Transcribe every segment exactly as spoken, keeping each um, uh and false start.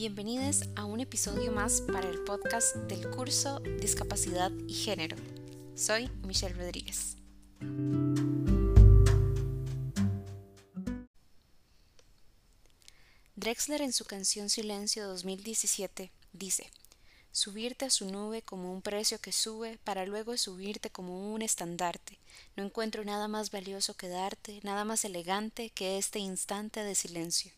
Bienvenidos a un episodio más para el podcast del curso Discapacidad y Género. Soy Michelle Rodríguez. Drexler en su canción Silencio dos mil diecisiete dice: subirte a su nube como un precio que sube para luego subirte como un estandarte. No encuentro nada más valioso que darte, nada más elegante que este instante de silencio.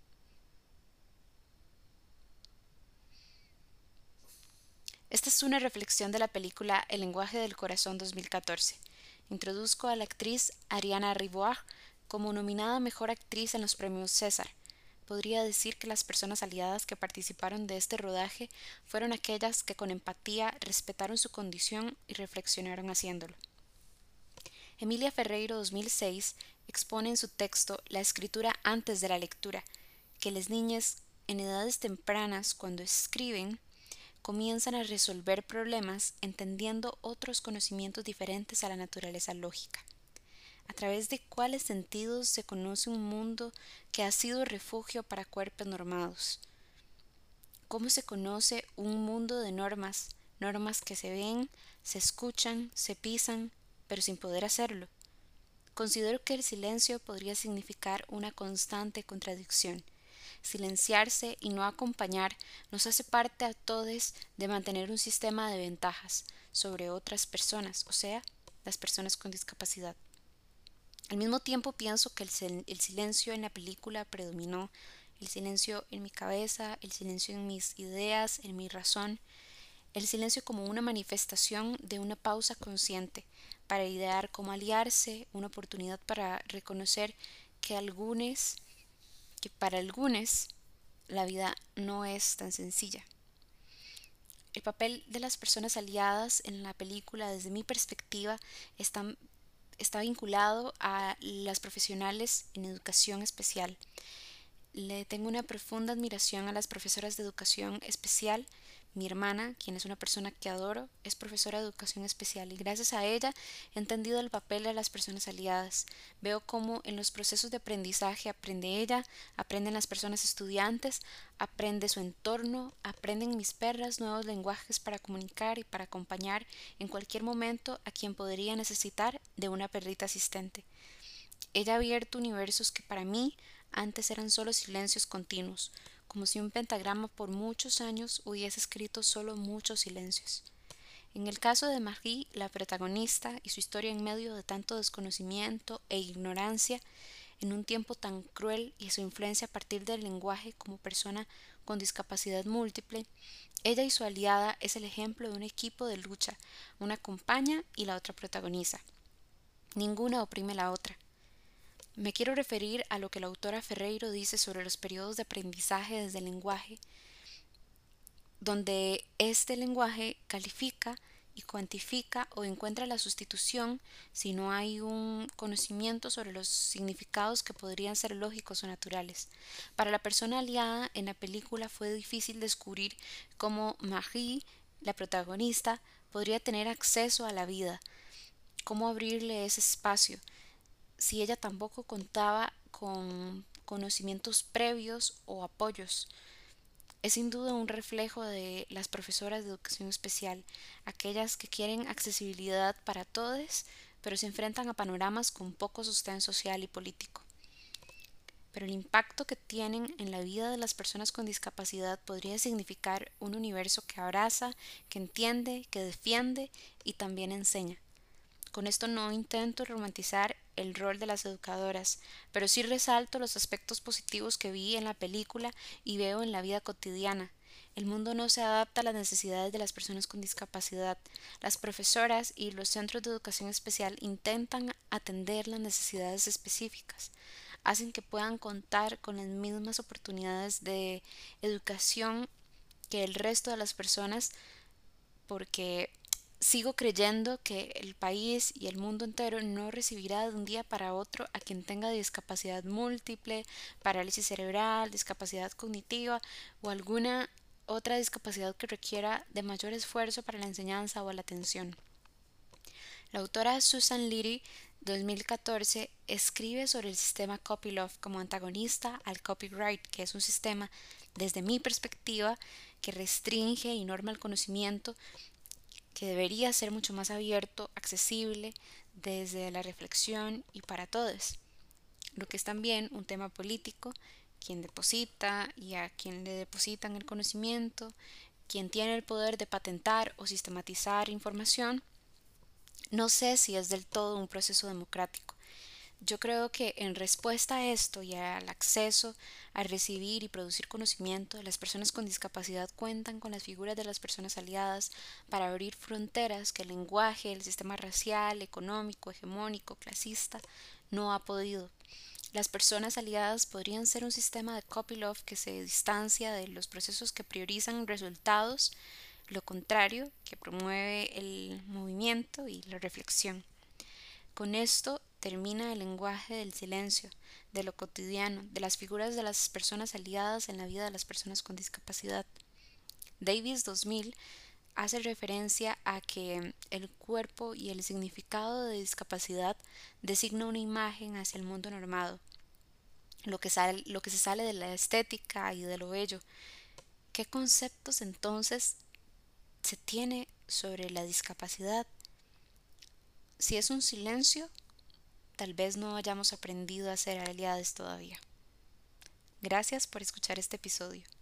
Esta es una reflexión de la película El lenguaje del corazón dos mil catorce. Introduzco a la actriz Ariana Rivoire como nominada a Mejor Actriz en los premios César. Podría decir que las personas aliadas que participaron de este rodaje fueron aquellas que con empatía respetaron su condición y reflexionaron haciéndolo. Emilia Ferreiro dos mil seis expone en su texto la escritura antes de la lectura, que las niñas en edades tempranas cuando escriben comienzan a resolver problemas entendiendo otros conocimientos diferentes a la naturaleza lógica. A través de cuáles sentidos se conoce un mundo que ha sido refugio para cuerpos normados. ¿Cómo se conoce un mundo de normas, normas que se ven, se escuchan, se pisan, pero sin poder hacerlo? Considero que el silencio podría significar una constante contradicción. Silenciarse y no acompañar nos hace parte a todos de mantener un sistema de ventajas sobre otras personas, o sea, las personas con discapacidad. Al mismo tiempo pienso que el, el silencio en la película predominó, el silencio en mi cabeza, el silencio en mis ideas, en mi razón, el silencio como una manifestación de una pausa consciente para idear cómo aliarse, una oportunidad para reconocer que algunos que para algunos la vida no es tan sencilla. El papel de las personas aliadas en la película, desde mi perspectiva, está, está vinculado a las profesionales en educación especial. Le tengo una profunda admiración a las profesoras de educación especial. Mi hermana, quien es una persona que adoro, es profesora de educación especial y gracias a ella he entendido el papel de las personas aliadas. Veo cómo en los procesos de aprendizaje aprende ella, aprenden las personas estudiantes, aprende su entorno, aprenden mis perras nuevos lenguajes para comunicar y para acompañar en cualquier momento a quien podría necesitar de una perrita asistente. Ella ha abierto universos que para mí antes eran solo silencios continuos, como si un pentagrama por muchos años hubiese escrito solo muchos silencios. En el caso de Marie, la protagonista, y su historia en medio de tanto desconocimiento e ignorancia, en un tiempo tan cruel y su influencia a partir del lenguaje como persona con discapacidad múltiple, ella y su aliada es el ejemplo de un equipo de lucha, una acompaña y la otra protagoniza. Ninguna oprime a la otra. Me quiero referir a lo que la autora Ferreiro dice sobre los periodos de aprendizaje desde el lenguaje, donde este lenguaje califica y cuantifica o encuentra la sustitución si no hay un conocimiento sobre los significados que podrían ser lógicos o naturales. Para la persona aliada en la película fue difícil descubrir cómo Marie, la protagonista, podría tener acceso a la vida, cómo abrirle ese espacio, si ella tampoco contaba con conocimientos previos o apoyos. Es sin duda un reflejo de las profesoras de educación especial, aquellas que quieren accesibilidad para todos, pero se enfrentan a panoramas con poco sostén social y político. Pero el impacto que tienen en la vida de las personas con discapacidad podría significar un universo que abraza, que entiende, que defiende y también enseña. Con esto no intento romantizar el rol de las educadoras, pero sí resalto los aspectos positivos que vi en la película y veo en la vida cotidiana. El mundo no se adapta a las necesidades de las personas con discapacidad. Las profesoras y los centros de educación especial intentan atender las necesidades específicas. Hacen que puedan contar con las mismas oportunidades de educación que el resto de las personas, porque sigo creyendo que el país y el mundo entero no recibirá de un día para otro a quien tenga discapacidad múltiple, parálisis cerebral, discapacidad cognitiva o alguna otra discapacidad que requiera de mayor esfuerzo para la enseñanza o la atención. La autora Susan Leary, dos mil catorce, escribe sobre el sistema Copylove como antagonista al copyright, que es un sistema desde mi perspectiva, que restringe y norma el conocimiento, que debería ser mucho más abierto, accesible, desde la reflexión y para todos. Lo que es también un tema político, quien deposita y a quien le depositan el conocimiento, quien tiene el poder de patentar o sistematizar información, no sé si es del todo un proceso democrático. Yo creo que en respuesta a esto y al acceso a recibir y producir conocimiento, las personas con discapacidad cuentan con las figuras de las personas aliadas para abrir fronteras que el lenguaje, el sistema racial, económico, hegemónico, clasista no ha podido. Las personas aliadas podrían ser un sistema de copylove que se distancia de los procesos que priorizan resultados, lo contrario, que promueve el movimiento y la reflexión. Con esto termina el lenguaje del silencio, de lo cotidiano, de las figuras de las personas aliadas en la vida de las personas con discapacidad. Davis dos mil hace referencia a que el cuerpo y el significado de discapacidad designa una imagen hacia el mundo normado, lo que, sale, lo que se sale de la estética y de lo bello. ¿Qué conceptos entonces se tiene sobre la discapacidad? Si es un silencio, tal vez no hayamos aprendido a ser aliados todavía. Gracias por escuchar este episodio.